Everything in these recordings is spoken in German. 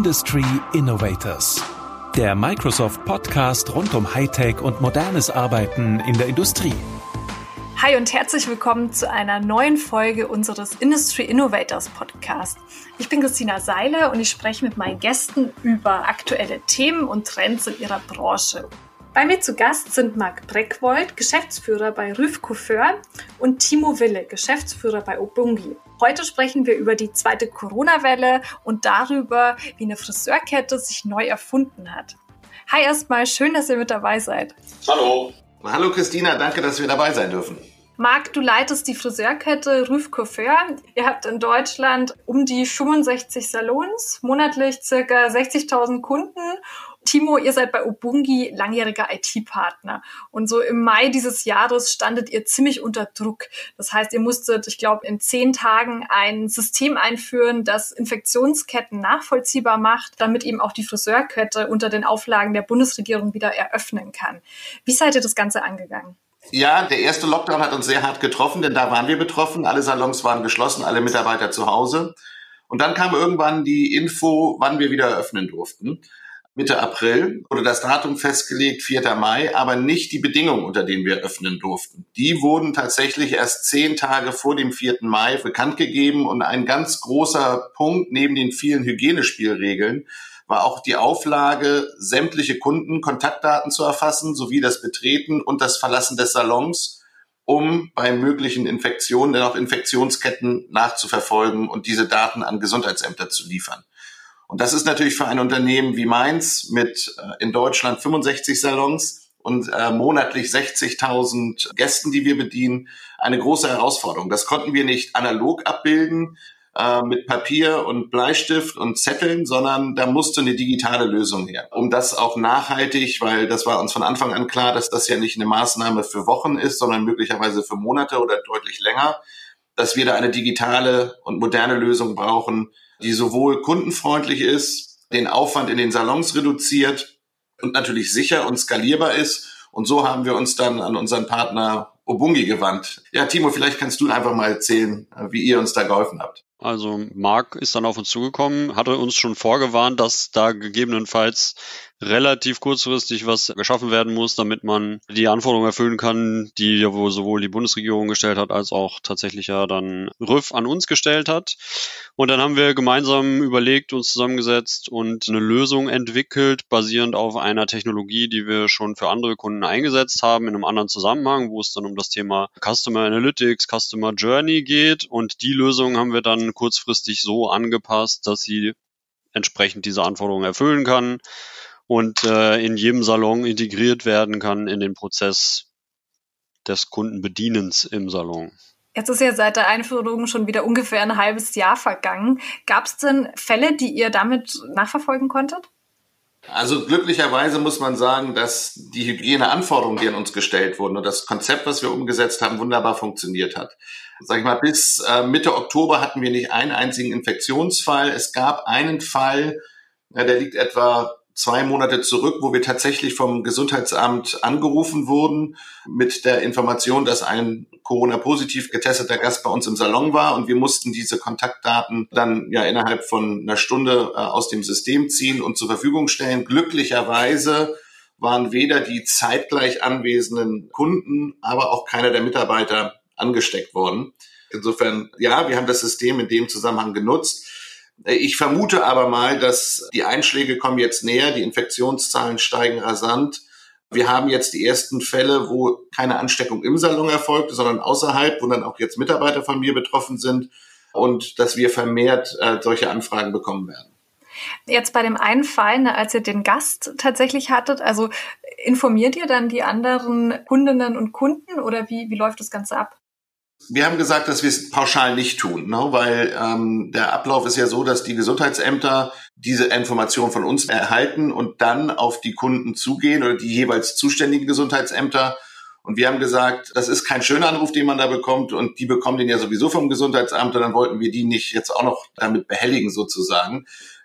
Industry Innovators, der Microsoft-Podcast rund um Hightech und modernes Arbeiten in der Industrie. Hi und herzlich willkommen zu einer neuen Folge unseres Industry Innovators Podcast. Ich bin Christina Seiler und ich spreche mit meinen Gästen über aktuelle Themen und Trends in ihrer Branche. Bei mir zu Gast sind Marc Breckwold, Geschäftsführer bei Rüff Coiffeur, und Timo Wille, Geschäftsführer bei Obungi. Heute sprechen wir über die zweite Corona-Welle und darüber, wie eine Friseurkette sich neu erfunden hat. Hi erstmal, schön, dass ihr mit dabei seid. Hallo. Hallo Christina, danke, dass wir dabei sein dürfen. Marc, du leitest die Friseurkette Rüff Coiffeur. Ihr habt in Deutschland um die 65 Salons, monatlich ca. 60.000 Kunden. Timo, ihr seid bei Obungi langjähriger IT-Partner. Und so im Mai dieses Jahres standet ihr ziemlich unter Druck. Das heißt, ihr musstet, ich glaube, in 10 Tagen ein System einführen, das Infektionsketten nachvollziehbar macht, damit eben auch die Friseurkette unter den Auflagen der Bundesregierung wieder eröffnen kann. Wie seid ihr das Ganze angegangen? Ja, der erste Lockdown hat uns sehr hart getroffen, denn da waren wir betroffen. Alle Salons waren geschlossen, alle Mitarbeiter zu Hause. Und dann kam irgendwann die Info, wann wir wieder eröffnen durften. Mitte April wurde das Datum festgelegt, 4. Mai, aber nicht die Bedingungen, unter denen wir öffnen durften. Die wurden tatsächlich erst 10 Tage vor dem 4. Mai bekannt gegeben. Und ein ganz großer Punkt neben den vielen Hygienespielregeln war auch die Auflage, sämtliche Kunden Kontaktdaten zu erfassen, sowie das Betreten und das Verlassen des Salons, um bei möglichen Infektionen dann auch Infektionsketten nachzuverfolgen und diese Daten an Gesundheitsämter zu liefern. Und das ist natürlich für ein Unternehmen wie meins mit in Deutschland 65 Salons und monatlich 60.000 Gästen, die wir bedienen, eine große Herausforderung. Das konnten wir nicht analog abbilden mit Papier und Bleistift und Zetteln, sondern da musste eine digitale Lösung her. Um das auch nachhaltig, weil das war uns von Anfang an klar, dass das ja nicht eine Maßnahme für Wochen ist, sondern möglicherweise für Monate oder deutlich länger, dass wir da eine digitale und moderne Lösung brauchen, die sowohl kundenfreundlich ist, den Aufwand in den Salons reduziert und natürlich sicher und skalierbar ist. Und so haben wir uns dann an unseren Partner Obungi gewandt. Ja, Timo, vielleicht kannst du einfach mal erzählen, wie ihr uns da geholfen habt. Also Marc ist dann auf uns zugekommen, hatte uns schon vorgewarnt, dass da gegebenenfalls relativ kurzfristig was geschaffen werden muss, damit man die Anforderungen erfüllen kann, die ja wohl sowohl die Bundesregierung gestellt hat, als auch tatsächlich ja dann Rüff an uns gestellt hat. Und dann haben wir gemeinsam überlegt, uns zusammengesetzt und eine Lösung entwickelt, basierend auf einer Technologie, die wir schon für andere Kunden eingesetzt haben, in einem anderen Zusammenhang, wo es dann um das Thema Customer Analytics, Customer Journey geht. Und die Lösung haben wir dann kurzfristig so angepasst, dass sie entsprechend diese Anforderungen erfüllen kann und in jedem Salon integriert werden kann in den Prozess des Kundenbedienens im Salon. Jetzt ist ja seit der Einführung schon wieder ungefähr ein halbes Jahr vergangen. Gab es denn Fälle, die ihr damit nachverfolgen konntet? Also glücklicherweise muss man sagen, dass die Hygieneanforderungen, die an uns gestellt wurden und das Konzept, was wir umgesetzt haben, wunderbar funktioniert hat. Sag ich mal, bis Mitte Oktober hatten wir nicht einen einzigen Infektionsfall. Es gab einen Fall, der liegt etwa 2 Monate zurück, wo wir tatsächlich vom Gesundheitsamt angerufen wurden mit der Information, dass ein Corona-positiv getesteter Gast bei uns im Salon war, und wir mussten diese Kontaktdaten dann ja innerhalb von einer Stunde aus dem System ziehen und zur Verfügung stellen. Glücklicherweise waren weder die zeitgleich anwesenden Kunden, aber auch keiner der Mitarbeiter angesteckt worden. Insofern, ja, wir haben das System in dem Zusammenhang genutzt. Ich vermute aber mal, dass die Einschläge kommen jetzt näher, die Infektionszahlen steigen rasant. Wir haben jetzt die ersten Fälle, wo keine Ansteckung im Salon erfolgt, sondern außerhalb, wo dann auch jetzt Mitarbeiter von mir betroffen sind, und dass wir vermehrt solche Anfragen bekommen werden. Jetzt bei dem einen Fall, als ihr den Gast tatsächlich hattet, also informiert ihr dann die anderen Kundinnen und Kunden oder wie läuft das Ganze ab? Wir haben gesagt, dass wir es pauschal nicht tun, ne? Weil der Ablauf ist ja so, dass die Gesundheitsämter diese Information von uns erhalten und dann auf die Kunden zugehen oder die jeweils zuständigen Gesundheitsämter. Und wir haben gesagt, das ist kein schöner Anruf, den man da bekommt, und die bekommen den ja sowieso vom Gesundheitsamt, und dann wollten wir die nicht jetzt auch noch damit behelligen sozusagen.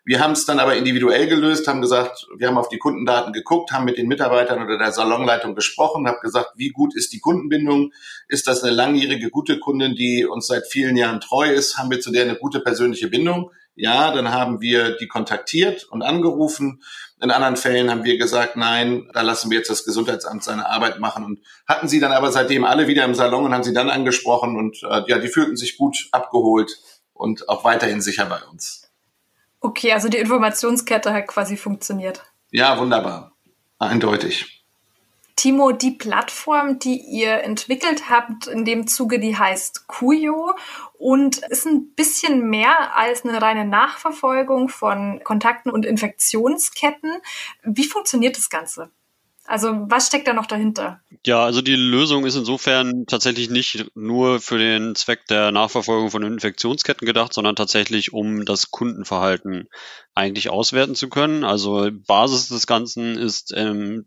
Wir haben es dann aber individuell gelöst, haben gesagt, wir haben auf die Kundendaten geguckt, haben mit den Mitarbeitern oder der Salonleitung gesprochen, haben gesagt, wie gut ist die Kundenbindung? Ist das eine langjährige, gute Kundin, die uns seit vielen Jahren treu ist? Haben wir zu der eine gute persönliche Bindung? Ja, dann haben wir die kontaktiert und angerufen. In anderen Fällen haben wir gesagt, nein, da lassen wir jetzt das Gesundheitsamt seine Arbeit machen, und hatten sie dann aber seitdem alle wieder im Salon und haben sie dann angesprochen, und die fühlten sich gut abgeholt und auch weiterhin sicher bei uns. Okay, also die Informationskette hat quasi funktioniert. Ja, wunderbar. Eindeutig. Timo, die Plattform, die ihr entwickelt habt in dem Zuge, die heißt Kujo und ist ein bisschen mehr als eine reine Nachverfolgung von Kontakten und Infektionsketten. Wie funktioniert das Ganze? Also was steckt da noch dahinter? Ja, also die Lösung ist insofern tatsächlich nicht nur für den Zweck der Nachverfolgung von Infektionsketten gedacht, sondern tatsächlich, um das Kundenverhalten eigentlich auswerten zu können. Also Basis des Ganzen ist ein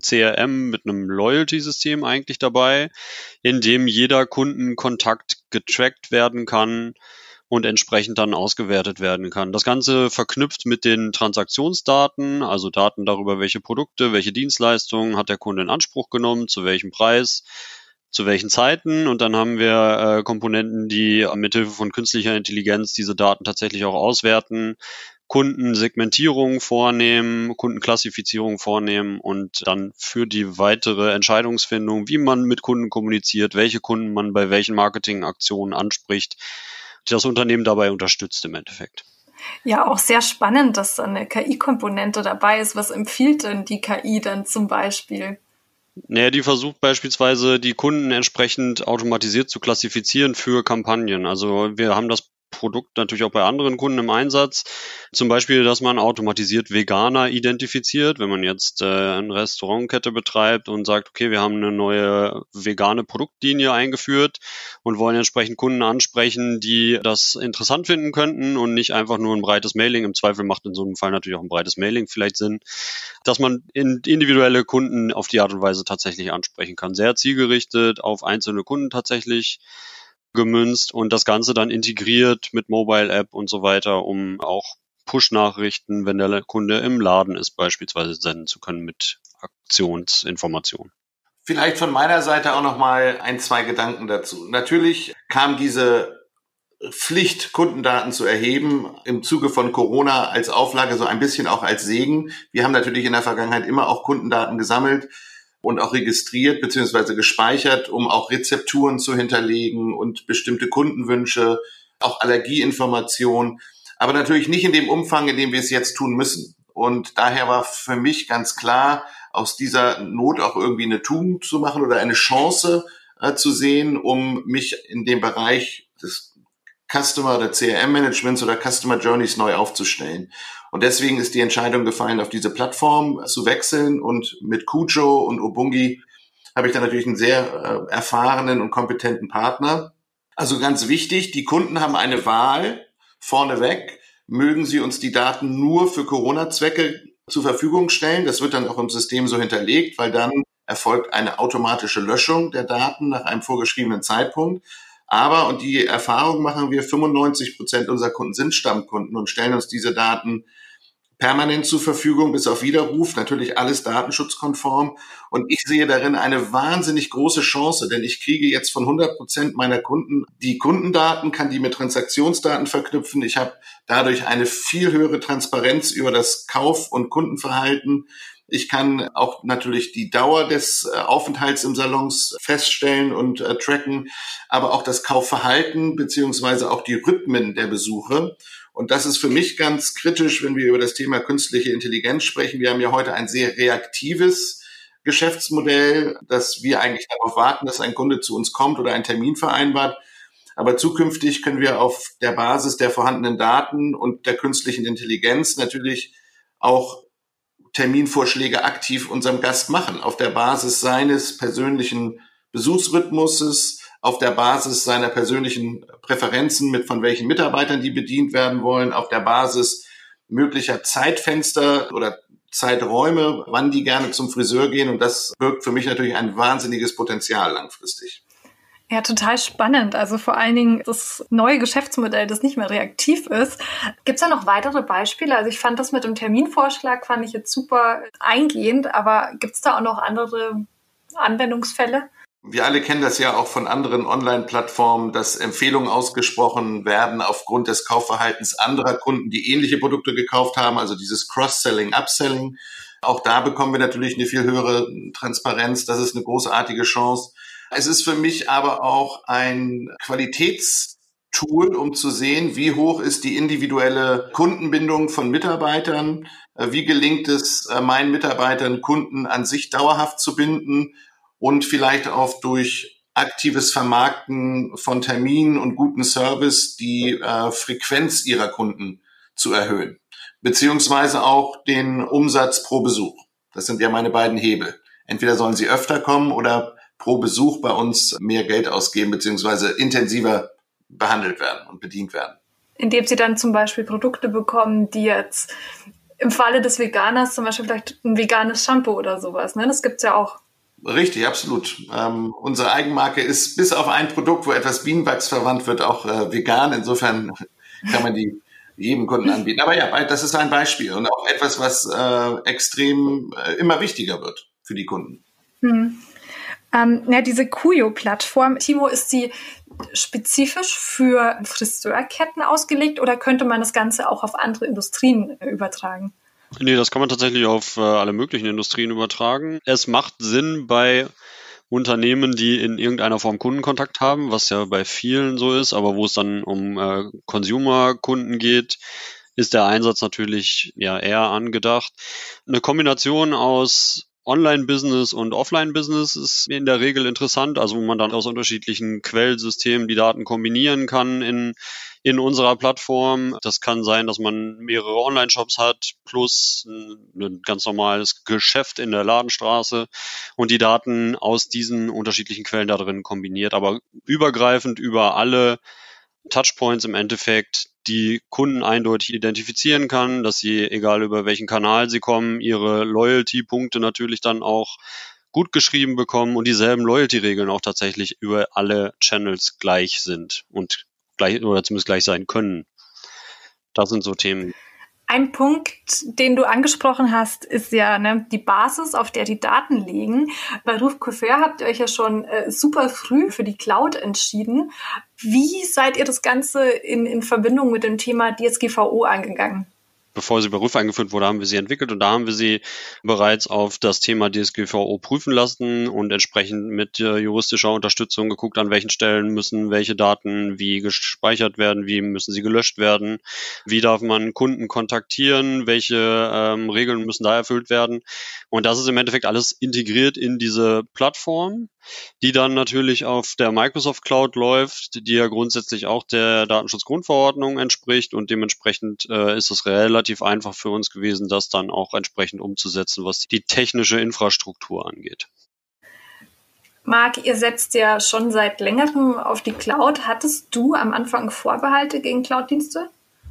CRM mit einem Loyalty-System eigentlich dabei, in dem jeder Kundenkontakt getrackt werden kann und entsprechend dann ausgewertet werden kann. Das Ganze verknüpft mit den Transaktionsdaten, also Daten darüber, welche Produkte, welche Dienstleistungen hat der Kunde in Anspruch genommen, zu welchem Preis, zu welchen Zeiten. Und dann haben wir Komponenten, die mithilfe von künstlicher Intelligenz diese Daten tatsächlich auch auswerten, Kundensegmentierung vornehmen, Kundenklassifizierung vornehmen und dann für die weitere Entscheidungsfindung, wie man mit Kunden kommuniziert, welche Kunden man bei welchen Marketingaktionen anspricht, das Unternehmen dabei unterstützt im Endeffekt. Ja, auch sehr spannend, dass da eine KI-Komponente dabei ist. Was empfiehlt denn die KI dann zum Beispiel? Naja, die versucht beispielsweise, die Kunden entsprechend automatisiert zu klassifizieren für Kampagnen. Also wir haben das Produkt natürlich auch bei anderen Kunden im Einsatz. Zum Beispiel, dass man automatisiert Veganer identifiziert, wenn man jetzt eine Restaurantkette betreibt und sagt, okay, wir haben eine neue vegane Produktlinie eingeführt und wollen entsprechend Kunden ansprechen, die das interessant finden könnten und nicht einfach nur ein breites Mailing. Im Zweifel macht in so einem Fall natürlich auch ein breites Mailing vielleicht Sinn, dass man individuelle Kunden auf die Art und Weise tatsächlich ansprechen kann. Sehr zielgerichtet auf einzelne Kunden tatsächlich gemünzt und das Ganze dann integriert mit Mobile-App und so weiter, um auch Push-Nachrichten, wenn der Kunde im Laden ist, beispielsweise senden zu können mit Aktionsinformationen. Vielleicht von meiner Seite auch noch mal 2 Gedanken dazu. Natürlich kam diese Pflicht, Kundendaten zu erheben, im Zuge von Corona als Auflage so ein bisschen auch als Segen. Wir haben natürlich in der Vergangenheit immer auch Kundendaten gesammelt und auch registriert bzw. gespeichert, um auch Rezepturen zu hinterlegen und bestimmte Kundenwünsche, auch Allergieinformationen, aber natürlich nicht in dem Umfang, in dem wir es jetzt tun müssen. Und daher war für mich ganz klar, aus dieser Not auch irgendwie eine Tugend zu machen oder eine Chance zu sehen, um mich in dem Bereich des Customer- oder CRM-Managements oder Customer Journeys neu aufzustellen. Und deswegen ist die Entscheidung gefallen, auf diese Plattform zu wechseln. Und mit Kujo und Obungi habe ich dann natürlich einen sehr erfahrenen und kompetenten Partner. Also ganz wichtig, die Kunden haben eine Wahl vorneweg. Mögen sie uns die Daten nur für Corona-Zwecke zur Verfügung stellen? Das wird dann auch im System so hinterlegt, weil dann erfolgt eine automatische Löschung der Daten nach einem vorgeschriebenen Zeitpunkt. Aber, und die Erfahrung machen wir, 95% unserer Kunden sind Stammkunden und stellen uns diese Daten permanent zur Verfügung, bis auf Widerruf, natürlich alles datenschutzkonform. Und ich sehe darin eine wahnsinnig große Chance, denn ich kriege jetzt von 100% meiner Kunden die Kundendaten, kann die mit Transaktionsdaten verknüpfen. Ich habe dadurch eine viel höhere Transparenz über das Kauf- und Kundenverhalten. Ich kann auch natürlich die Dauer des Aufenthalts im Salons feststellen und tracken, aber auch das Kaufverhalten beziehungsweise auch die Rhythmen der Besuche. Und das ist für mich ganz kritisch, wenn wir über das Thema künstliche Intelligenz sprechen. Wir haben ja heute ein sehr reaktives Geschäftsmodell, dass wir eigentlich darauf warten, dass ein Kunde zu uns kommt oder einen Termin vereinbart. Aber zukünftig können wir auf der Basis der vorhandenen Daten und der künstlichen Intelligenz natürlich auch Terminvorschläge aktiv unserem Gast machen, auf der Basis seines persönlichen Besuchsrhythmuses, auf der Basis seiner persönlichen Präferenzen, mit von welchen Mitarbeitern die bedient werden wollen, auf der Basis möglicher Zeitfenster oder Zeiträume, wann die gerne zum Friseur gehen. Und das birgt für mich natürlich ein wahnsinniges Potenzial langfristig. Ja, total spannend. Also vor allen Dingen das neue Geschäftsmodell, das nicht mehr reaktiv ist. Gibt es da noch weitere Beispiele? Also ich fand das mit dem Terminvorschlag, fand ich jetzt super eingehend, aber gibt es da auch noch andere Anwendungsfälle? Wir alle kennen das ja auch von anderen Online-Plattformen, dass Empfehlungen ausgesprochen werden aufgrund des Kaufverhaltens anderer Kunden, die ähnliche Produkte gekauft haben, also dieses Cross-Selling, Upselling. Auch da bekommen wir natürlich eine viel höhere Transparenz. Das ist eine großartige Chance. Es ist für mich aber auch ein Qualitätstool, um zu sehen, wie hoch ist die individuelle Kundenbindung von Mitarbeitern, wie gelingt es meinen Mitarbeitern, Kunden an sich dauerhaft zu binden und vielleicht auch durch aktives Vermarkten von Terminen und guten Service die Frequenz ihrer Kunden zu erhöhen, beziehungsweise auch den Umsatz pro Besuch. Das sind ja meine beiden Hebel. Entweder sollen sie öfter kommen oder pro Besuch bei uns mehr Geld ausgeben, beziehungsweise intensiver behandelt werden und bedient werden. Indem sie dann zum Beispiel Produkte bekommen, die jetzt im Falle des Veganers zum Beispiel vielleicht ein veganes Shampoo oder sowas, ne? Das gibt's ja auch. Richtig, absolut. Unsere Eigenmarke ist bis auf ein Produkt, wo etwas Bienenwachs verwandt wird, auch vegan. Insofern kann man die jedem Kunden anbieten. Aber ja, das ist ein Beispiel und auch etwas, was extrem immer wichtiger wird für die Kunden. Diese Kuyo-Plattform, Timo, ist sie spezifisch für Friseurketten ausgelegt oder könnte man das Ganze auch auf andere Industrien übertragen? Nee, das kann man tatsächlich auf alle möglichen Industrien übertragen. Es macht Sinn bei Unternehmen, die in irgendeiner Form Kundenkontakt haben, was ja bei vielen so ist, aber wo es dann um Consumer-Kunden geht, ist der Einsatz natürlich ja eher angedacht. Eine Kombination aus Online-Business und Offline-Business ist in der Regel interessant, also wo man dann aus unterschiedlichen Quellsystemen die Daten kombinieren kann in unserer Plattform. Das kann sein, dass man mehrere Online-Shops hat plus ein ganz normales Geschäft in der Ladenstraße und die Daten aus diesen unterschiedlichen Quellen da drin kombiniert, aber übergreifend über alle Touchpoints im Endeffekt die Kunden eindeutig identifizieren kann, dass sie, egal über welchen Kanal sie kommen, ihre Loyalty-Punkte natürlich dann auch gut geschrieben bekommen und dieselben Loyalty-Regeln auch tatsächlich über alle Channels gleich sind und gleich oder zumindest gleich sein können. Das sind so Themen. Ein Punkt, den du angesprochen hast, ist ja die Basis, auf der die Daten liegen. Bei Ruf Coiffeur habt ihr euch ja schon super früh für die Cloud entschieden. Wie seid ihr das Ganze in Verbindung mit dem Thema DSGVO angegangen? Bevor sie bei Ruf eingeführt wurde, haben wir sie entwickelt und da haben wir sie bereits auf das Thema DSGVO prüfen lassen und entsprechend mit juristischer Unterstützung geguckt, an welchen Stellen müssen welche Daten wie gespeichert werden, wie müssen sie gelöscht werden, wie darf man Kunden kontaktieren, welche Regeln müssen da erfüllt werden. Und das ist im Endeffekt alles integriert in diese Plattform, die dann natürlich auf der Microsoft Cloud läuft, die ja grundsätzlich auch der Datenschutzgrundverordnung entspricht und dementsprechend ist es relativ einfach für uns gewesen, das dann auch entsprechend umzusetzen, was die technische Infrastruktur angeht. Marc, ihr setzt ja schon seit längerem auf die Cloud. Hattest du am Anfang Vorbehalte gegen Cloud-Dienste?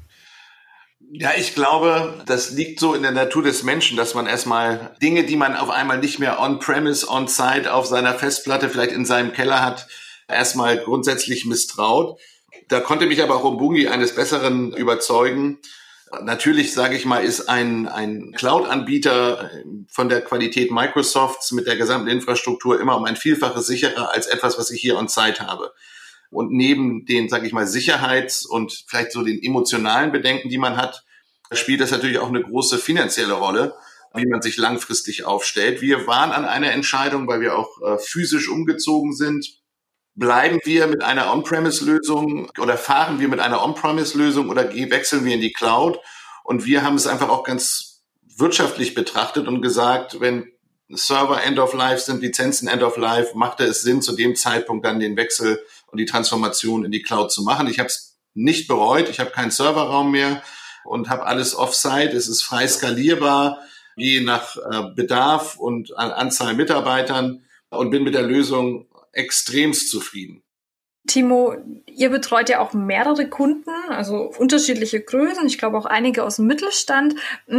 Ja, ich glaube, das liegt so in der Natur des Menschen, dass man erstmal Dinge, die man auf einmal nicht mehr on-premise, on-site auf seiner Festplatte, vielleicht in seinem Keller hat, erstmal grundsätzlich misstraut. Da konnte mich aber auch Obungi eines Besseren überzeugen. Natürlich, sage ich mal, ist ein Cloud-Anbieter von der Qualität Microsofts mit der gesamten Infrastruktur immer um ein Vielfaches sicherer als etwas, was ich hier on-site habe. Und neben den, sage ich mal, Sicherheits- und vielleicht so den emotionalen Bedenken, die man hat, spielt das natürlich auch eine große finanzielle Rolle, wie man sich langfristig aufstellt. Wir waren an einer Entscheidung, weil wir auch physisch umgezogen sind. Bleiben wir mit einer On-Premise-Lösung oder fahren wir mit einer On-Premise-Lösung oder wechseln wir in die Cloud? Und wir haben es einfach auch ganz wirtschaftlich betrachtet und gesagt, wenn Server End of Life sind, Lizenzen End of Life, machte es Sinn, zu dem Zeitpunkt dann den Wechsel und die Transformation in die Cloud zu machen. Ich habe es nicht bereut, ich habe keinen Serverraum mehr und habe alles Offsite. Es ist frei skalierbar, je nach Bedarf und Anzahl Mitarbeitern und bin mit der Lösung extremst zufrieden. Timo, ihr betreut ja auch mehrere Kunden, also unterschiedliche Größen, ich glaube auch einige aus dem Mittelstand.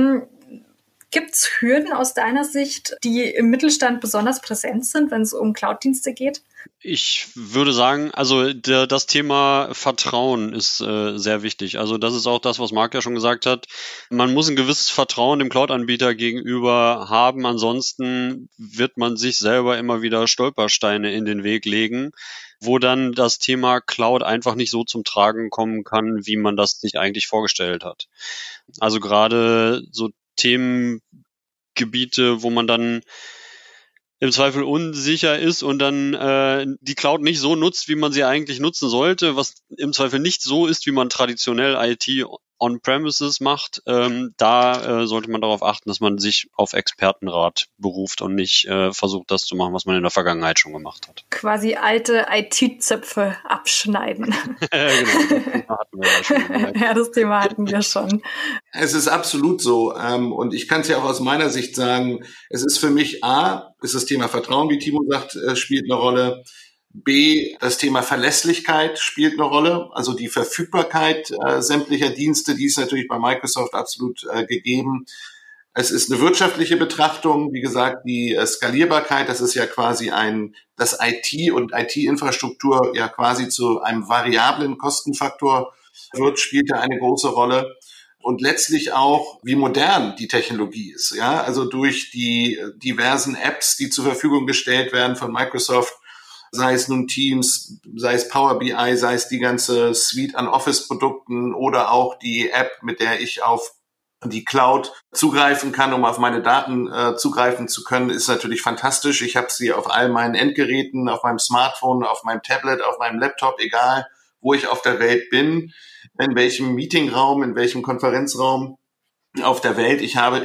Gibt es Hürden aus deiner Sicht, die im Mittelstand besonders präsent sind, wenn es um Cloud-Dienste geht? Ich würde sagen, also das Thema Vertrauen ist sehr wichtig. Also das ist auch das, was Marc ja schon gesagt hat. Man muss ein gewisses Vertrauen dem Cloud-Anbieter gegenüber haben. Ansonsten wird man sich selber immer wieder Stolpersteine in den Weg legen, wo dann das Thema Cloud einfach nicht so zum Tragen kommen kann, wie man das sich eigentlich vorgestellt hat. Also gerade so Themengebiete, wo man dann im Zweifel unsicher ist und dann die Cloud nicht so nutzt, wie man sie eigentlich nutzen sollte, was im Zweifel nicht so ist, wie man traditionell IT on-premises macht, da sollte man darauf achten, dass man sich auf Expertenrat beruft und nicht versucht, das zu machen, was man in der Vergangenheit schon gemacht hat. Quasi alte IT-Zöpfe abschneiden. Genau, das Thema hatten wir ja schon. Ja, das Thema hatten wir schon. Es ist absolut so. Und ich kann es ja auch aus meiner Sicht sagen, es ist für mich ist das Thema Vertrauen, wie Timo sagt, spielt eine Rolle. B, das Thema Verlässlichkeit spielt eine Rolle. Also die Verfügbarkeit sämtlicher Dienste, die ist natürlich bei Microsoft absolut gegeben. Es ist eine wirtschaftliche Betrachtung. Wie gesagt, die Skalierbarkeit, das ist ja quasi das IT und IT-Infrastruktur ja quasi zu einem variablen Kostenfaktor wird, spielt ja eine große Rolle. Und letztlich auch, wie modern die Technologie ist. Ja, also durch die diversen Apps, die zur Verfügung gestellt werden von Microsoft, sei es nun Teams, sei es Power BI, sei es die ganze Suite an Office-Produkten oder auch die App, mit der ich auf die Cloud zugreifen kann, um auf meine Daten zugreifen zu können, ist natürlich fantastisch. Ich habe sie auf all meinen Endgeräten, auf meinem Smartphone, auf meinem Tablet, auf meinem Laptop, egal wo ich auf der Welt bin, in welchem Meetingraum, in welchem Konferenzraum auf der Welt.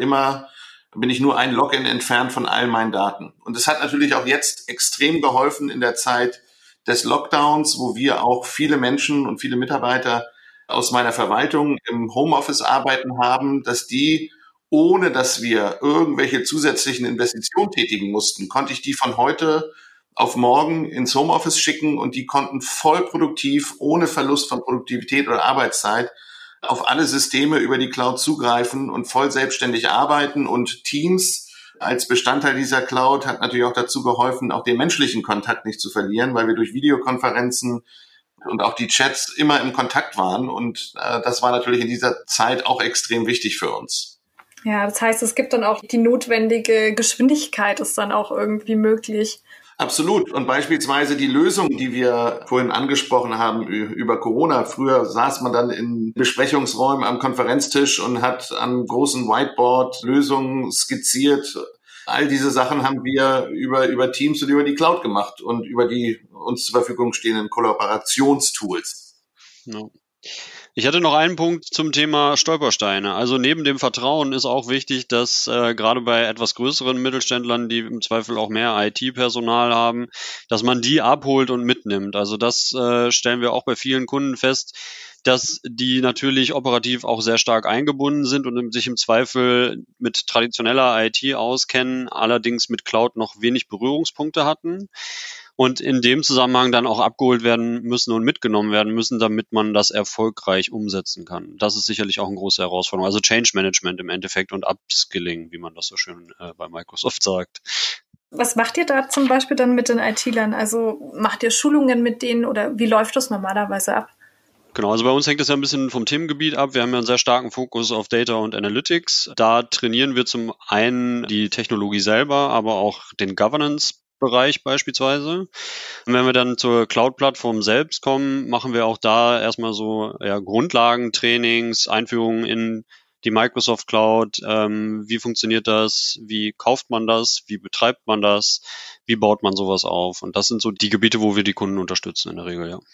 Bin ich nur ein Login entfernt von all meinen Daten. Und es hat natürlich auch jetzt extrem geholfen in der Zeit des Lockdowns, wo wir auch viele Menschen und viele Mitarbeiter aus meiner Verwaltung im Homeoffice arbeiten haben, dass die, ohne dass wir irgendwelche zusätzlichen Investitionen tätigen mussten, konnte ich die von heute auf morgen ins Homeoffice schicken und die konnten voll produktiv, ohne Verlust von Produktivität oder Arbeitszeit, auf alle Systeme über die Cloud zugreifen und voll selbstständig arbeiten. Und Teams als Bestandteil dieser Cloud hat natürlich auch dazu geholfen, auch den menschlichen Kontakt nicht zu verlieren, weil wir durch Videokonferenzen und auch die Chats immer im Kontakt waren. Und das war natürlich in dieser Zeit auch extrem wichtig für uns. Ja, das heißt, es gibt dann auch die notwendige Geschwindigkeit, ist dann auch irgendwie möglich. Absolut. Und beispielsweise die Lösung, die wir vorhin angesprochen haben über Corona. Früher saß man dann in Besprechungsräumen am Konferenztisch und hat am großen Whiteboard Lösungen skizziert. All diese Sachen haben wir über Teams und über die Cloud gemacht und über die uns zur Verfügung stehenden Kollaborationstools. No. Ich hatte noch einen Punkt zum Thema Stolpersteine. Also neben dem Vertrauen ist auch wichtig, dass gerade bei etwas größeren Mittelständlern, die im Zweifel auch mehr IT-Personal haben, dass man die abholt und mitnimmt. Also das stellen wir auch bei vielen Kunden fest, dass die natürlich operativ auch sehr stark eingebunden sind und sich im Zweifel mit traditioneller IT auskennen, allerdings mit Cloud noch wenig Berührungspunkte hatten. Und in dem Zusammenhang dann auch abgeholt werden müssen und mitgenommen werden müssen, damit man das erfolgreich umsetzen kann. Das ist sicherlich auch eine große Herausforderung. Also Change Management im Endeffekt und Upskilling, wie man das so schön bei Microsoft sagt. Was macht ihr da zum Beispiel dann mit den IT-Lern? Also macht ihr Schulungen mit denen oder wie läuft das normalerweise ab? Genau, also bei uns hängt das ja ein bisschen vom Themengebiet ab. Wir haben ja einen sehr starken Fokus auf Data und Analytics. Da trainieren wir zum einen die Technologie selber, aber auch den Governance-Bereich beispielsweise. Und wenn wir dann zur Cloud-Plattform selbst kommen, machen wir auch da erstmal so Grundlagentrainings, Einführungen in die Microsoft Cloud. Wie funktioniert das? Wie kauft man das? Wie betreibt man das? Wie baut man sowas auf? Und das sind so die Gebiete, wo wir die Kunden unterstützen in der Regel, ja.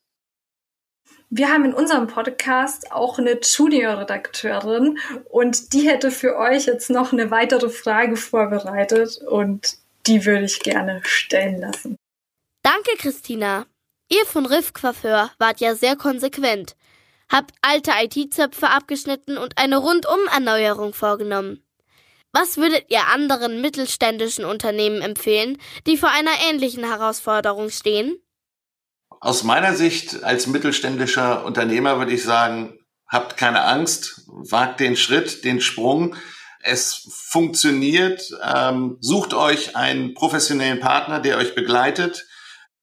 Wir haben in unserem Podcast auch eine Junior-Redakteurin und die hätte für euch jetzt noch eine weitere Frage vorbereitet und die würde ich gerne stellen lassen. Danke, Christina. Ihr von Riff Coiffeur wart ja sehr konsequent, habt alte IT-Zöpfe abgeschnitten und eine Rundum-Erneuerung vorgenommen. Was würdet ihr anderen mittelständischen Unternehmen empfehlen, die vor einer ähnlichen Herausforderung stehen? Aus meiner Sicht als mittelständischer Unternehmer würde ich sagen, habt keine Angst, wagt den Schritt, den Sprung. Es funktioniert. Sucht euch einen professionellen Partner, der euch begleitet.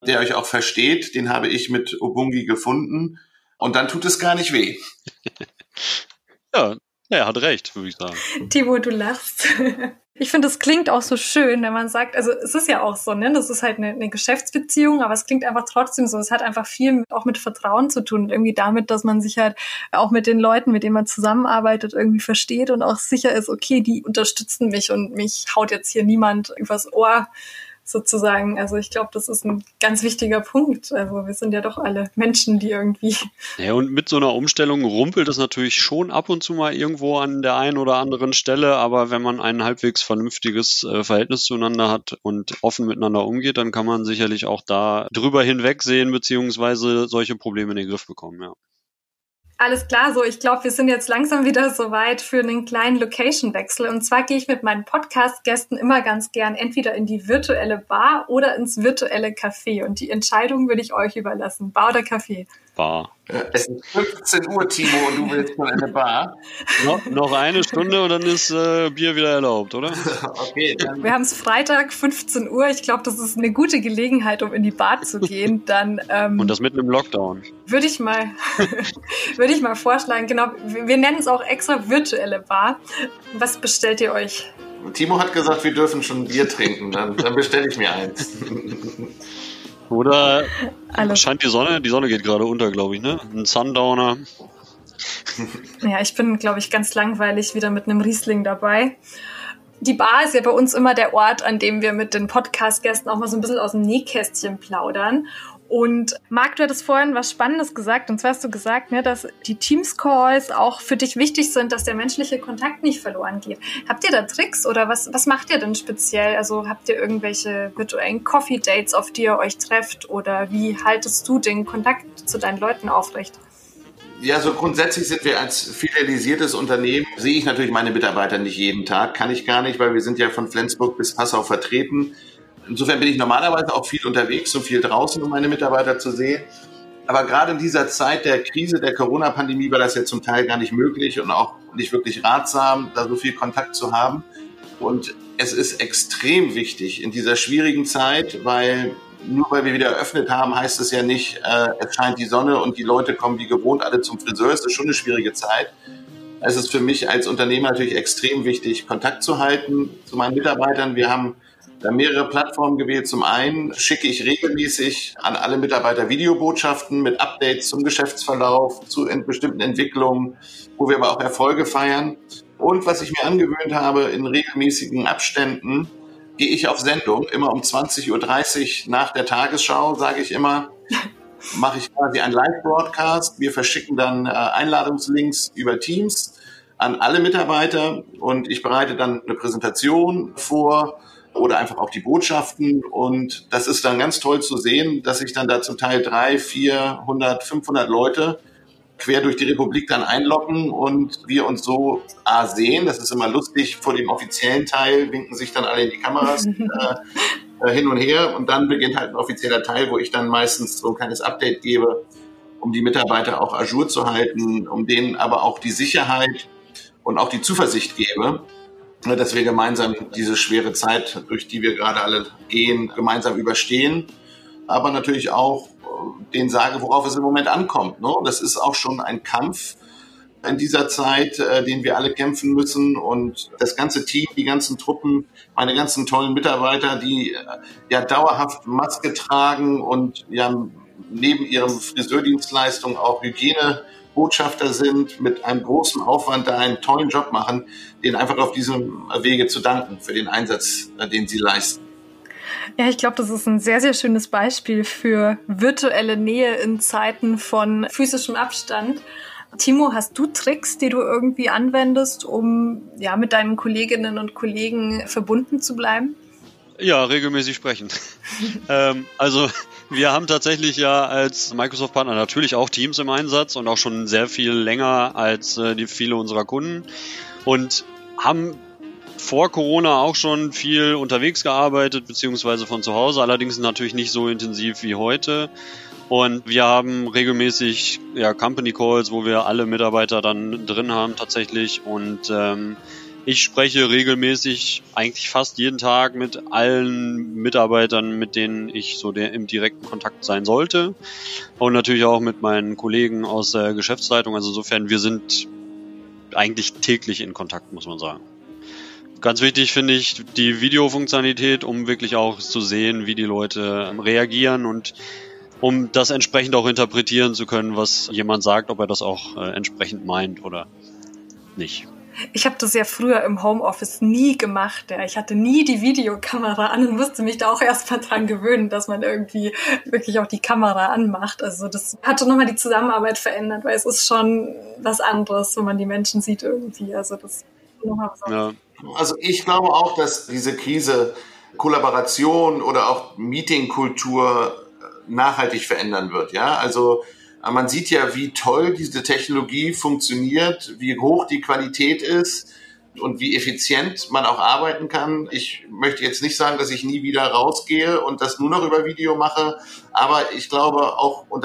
der euch auch versteht. Den habe ich mit Obungi gefunden. Und dann tut es gar nicht weh. Ja, er hat recht, würde ich sagen. Timo, du lachst. Ich finde, es klingt auch so schön, wenn man sagt, also es ist ja auch so, ne, das ist halt eine Geschäftsbeziehung, aber es klingt einfach trotzdem so. Es hat einfach viel auch mit Vertrauen zu tun, irgendwie damit, dass man sich halt auch mit den Leuten, mit denen man zusammenarbeitet, irgendwie versteht und auch sicher ist, okay, die unterstützen mich und mich haut jetzt hier niemand übers Ohr sozusagen. Also ich glaube, das ist ein ganz wichtiger Punkt. Also wir sind ja doch alle Menschen, die irgendwie... Ja, und mit so einer Umstellung rumpelt es natürlich schon ab und zu mal irgendwo an der einen oder anderen Stelle, aber wenn man ein halbwegs vernünftiges Verhältnis zueinander hat und offen miteinander umgeht, dann kann man sicherlich auch da drüber hinwegsehen, beziehungsweise solche Probleme in den Griff bekommen, ja. Alles klar, so ich glaube, wir sind jetzt langsam wieder soweit für einen kleinen Location-Wechsel. Und zwar gehe ich mit meinen Podcast-Gästen immer ganz gern entweder in die virtuelle Bar oder ins virtuelle Café. Und die Entscheidung würde ich euch überlassen. Bar oder Café? Bar. Es ist 15 Uhr, Timo, und du willst schon in eine Bar. Noch eine Stunde und dann ist Bier wieder erlaubt, oder? Okay, dann. Wir haben es Freitag, 15 Uhr. Ich glaube, das ist eine gute Gelegenheit, um in die Bar zu gehen. Dann und das mitten im Lockdown. Würde ich mal vorschlagen. Genau, wir nennen es auch extra virtuelle Bar. Was bestellt ihr euch? Timo hat gesagt, wir dürfen schon Bier trinken. Dann bestelle ich mir eins. Oder Alles. Scheint die Sonne? Die Sonne geht gerade unter, glaube ich, ne? Ein Sundowner. Ja, ich bin, glaube ich, ganz langweilig wieder mit einem Riesling dabei. Die Bar ist ja bei uns immer der Ort, an dem wir mit den Podcast-Gästen auch mal so ein bisschen aus dem Nähkästchen plaudern. Und Marc, du hattest vorhin was Spannendes gesagt. Und zwar hast du gesagt, ne, dass die Teams-Calls auch für dich wichtig sind, dass der menschliche Kontakt nicht verloren geht. Habt ihr da Tricks oder was macht ihr denn speziell? Also habt ihr irgendwelche virtuellen Coffee-Dates, auf die ihr euch trefft? Oder wie haltest du den Kontakt zu deinen Leuten aufrecht? Ja, so grundsätzlich sind wir als filialisiertes Unternehmen, sehe ich natürlich meine Mitarbeiter nicht jeden Tag, kann ich gar nicht, weil wir sind ja von Flensburg bis Passau vertreten. Insofern bin ich normalerweise auch viel unterwegs und viel draußen, um meine Mitarbeiter zu sehen. Aber gerade in dieser Zeit der Krise, der Corona-Pandemie, war das ja zum Teil gar nicht möglich und auch nicht wirklich ratsam, da so viel Kontakt zu haben. Und es ist extrem wichtig in dieser schwierigen Zeit, weil nur weil wir wieder eröffnet haben, heißt es ja nicht, es scheint die Sonne und die Leute kommen wie gewohnt alle zum Friseur. Es ist schon eine schwierige Zeit. Es ist für mich als Unternehmer natürlich extrem wichtig, Kontakt zu halten zu meinen Mitarbeitern. Wir haben da mehrere Plattformen gewählt. Zum einen schicke ich regelmäßig an alle Mitarbeiter Videobotschaften mit Updates zum Geschäftsverlauf, zu bestimmten Entwicklungen, wo wir aber auch Erfolge feiern. Und was ich mir angewöhnt habe, in regelmäßigen Abständen gehe ich auf Sendung, immer um 20.30 Uhr nach der Tagesschau, sage ich immer, mache ich quasi einen Live-Broadcast. Wir verschicken dann Einladungslinks über Teams an alle Mitarbeiter und ich bereite dann eine Präsentation vor oder einfach auch die Botschaften und das ist dann ganz toll zu sehen, dass sich dann da zum Teil 300, 400, 500 Leute quer durch die Republik dann einloggen und wir uns so sehen. Das ist immer lustig. Vor dem offiziellen Teil winken sich dann alle in die Kameras hin und her und dann beginnt halt ein offizieller Teil, wo ich dann meistens so ein kleines Update gebe, um die Mitarbeiter auch à jour zu halten, um denen aber auch die Sicherheit und auch die Zuversicht gebe, dass wir gemeinsam diese schwere Zeit, durch die wir gerade alle gehen, gemeinsam überstehen, aber natürlich auch denen sage, worauf es im Moment ankommt. Ne? Das ist auch schon ein Kampf in dieser Zeit, den wir alle kämpfen müssen und das ganze Team, die ganzen Truppen, meine ganzen tollen Mitarbeiter, die ja dauerhaft Maske tragen und ja neben ihren Friseurdienstleistungen auch Hygienebotschafter sind, mit einem großen Aufwand da einen tollen Job machen, denen einfach auf diesem Wege zu danken für den Einsatz, den sie leisten. Ja, ich glaube, das ist ein sehr, sehr schönes Beispiel für virtuelle Nähe in Zeiten von physischem Abstand. Timo, hast du Tricks, die du irgendwie anwendest, um ja mit deinen Kolleginnen und Kollegen verbunden zu bleiben? Ja, regelmäßig sprechen. Also wir haben tatsächlich ja als Microsoft-Partner natürlich auch Teams im Einsatz und auch schon sehr viel länger als die viele unserer Kunden und haben vor Corona auch schon viel unterwegs gearbeitet, beziehungsweise von zu Hause, allerdings natürlich nicht so intensiv wie heute. Und wir haben regelmäßig Company Calls, wo wir alle Mitarbeiter dann drin haben tatsächlich und Ich spreche regelmäßig, eigentlich fast jeden Tag mit allen Mitarbeitern, mit denen ich so im direkten Kontakt sein sollte. Und natürlich auch mit meinen Kollegen aus der Geschäftsleitung. Also insofern, wir sind eigentlich täglich in Kontakt, muss man sagen. Ganz wichtig finde ich die Videofunktionalität, um wirklich auch zu sehen, wie die Leute reagieren und um das entsprechend auch interpretieren zu können, was jemand sagt, ob er das auch entsprechend meint oder nicht. Ich habe das ja früher im Homeoffice nie gemacht. Ja. Ich hatte nie die Videokamera an und musste mich da auch erst mal dran gewöhnen, dass man irgendwie wirklich auch die Kamera anmacht. Also das hatte nochmal die Zusammenarbeit verändert, weil es ist schon was anderes, wenn man die Menschen sieht irgendwie. Also das ist nochmal was anderes. Ja. Also ich glaube auch, dass diese Krise Kollaboration oder auch Meetingkultur nachhaltig verändern wird. Ja, also man sieht ja, wie toll diese Technologie funktioniert, wie hoch die Qualität ist und wie effizient man auch arbeiten kann. Ich möchte jetzt nicht sagen, dass ich nie wieder rausgehe und das nur noch über Video mache, aber ich glaube auch unter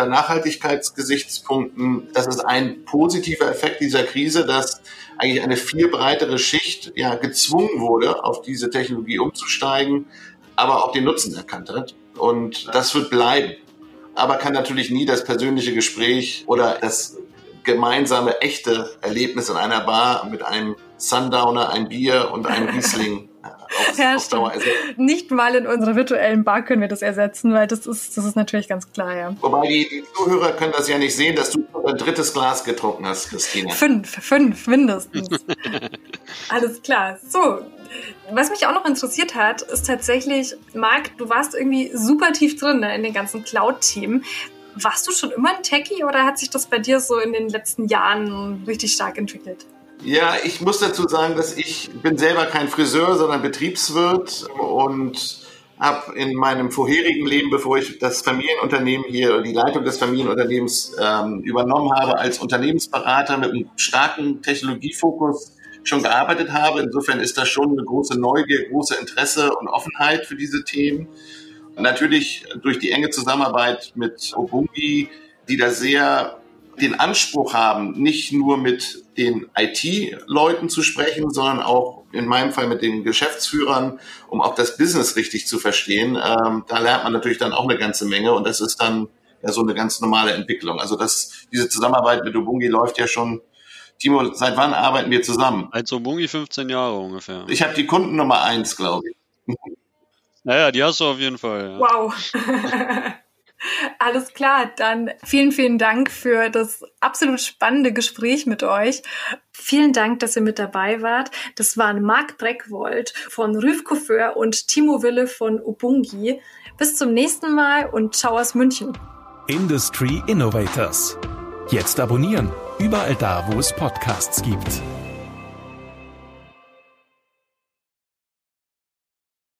Nachhaltigkeitsgesichtspunkten, das ist ein positiver Effekt dieser Krise, dass eigentlich eine viel breitere Schicht gezwungen wurde, auf diese Technologie umzusteigen, aber auch den Nutzen erkannt hat. Und das wird bleiben. Aber kann natürlich nie das persönliche Gespräch oder das gemeinsame, echte Erlebnis in einer Bar mit einem Sundowner, ein Bier und einem Riesling auf Dauer ersetzen. Nicht mal in unserer virtuellen Bar können wir das ersetzen, weil das ist natürlich ganz klar, ja. Wobei die Zuhörer können das ja nicht sehen, dass du ein drittes Glas getrunken hast, Christina. 5 mindestens. Alles klar. So, was mich auch noch interessiert hat, ist tatsächlich, Marc, du warst irgendwie super tief drin in den ganzen Cloud-Themen. Warst du schon immer ein Techie oder hat sich das bei dir so in den letzten Jahren richtig stark entwickelt? Ja, ich muss dazu sagen, dass ich bin selber kein Friseur, sondern Betriebswirt und habe in meinem vorherigen Leben, bevor ich das Familienunternehmen hier oder die Leitung des Familienunternehmens übernommen habe, als Unternehmensberater mit einem starken Technologiefokus schon gearbeitet habe. Insofern ist das schon eine große Neugier, große Interesse und Offenheit für diese Themen. Natürlich durch die enge Zusammenarbeit mit Obungi, die da sehr den Anspruch haben, nicht nur mit den IT-Leuten zu sprechen, sondern auch in meinem Fall mit den Geschäftsführern, um auch das Business richtig zu verstehen. Da lernt man natürlich dann auch eine ganze Menge und das ist dann ja so eine ganz normale Entwicklung. Also diese Zusammenarbeit mit Obungi läuft ja schon. Timo, seit wann arbeiten wir zusammen? Als Obungi 15 Jahre ungefähr. Ich habe die Kundennummer 1, glaube ich. Naja, die hast du auf jeden Fall. Ja. Wow. Alles klar, dann vielen, vielen Dank für das absolut spannende Gespräch mit euch. Vielen Dank, dass ihr mit dabei wart. Das waren Marc Breckwold von Rüff Coiffeur und Timo Wille von Obungi. Bis zum nächsten Mal und ciao aus München. Industry Innovators. Jetzt abonnieren, überall da, wo es Podcasts gibt.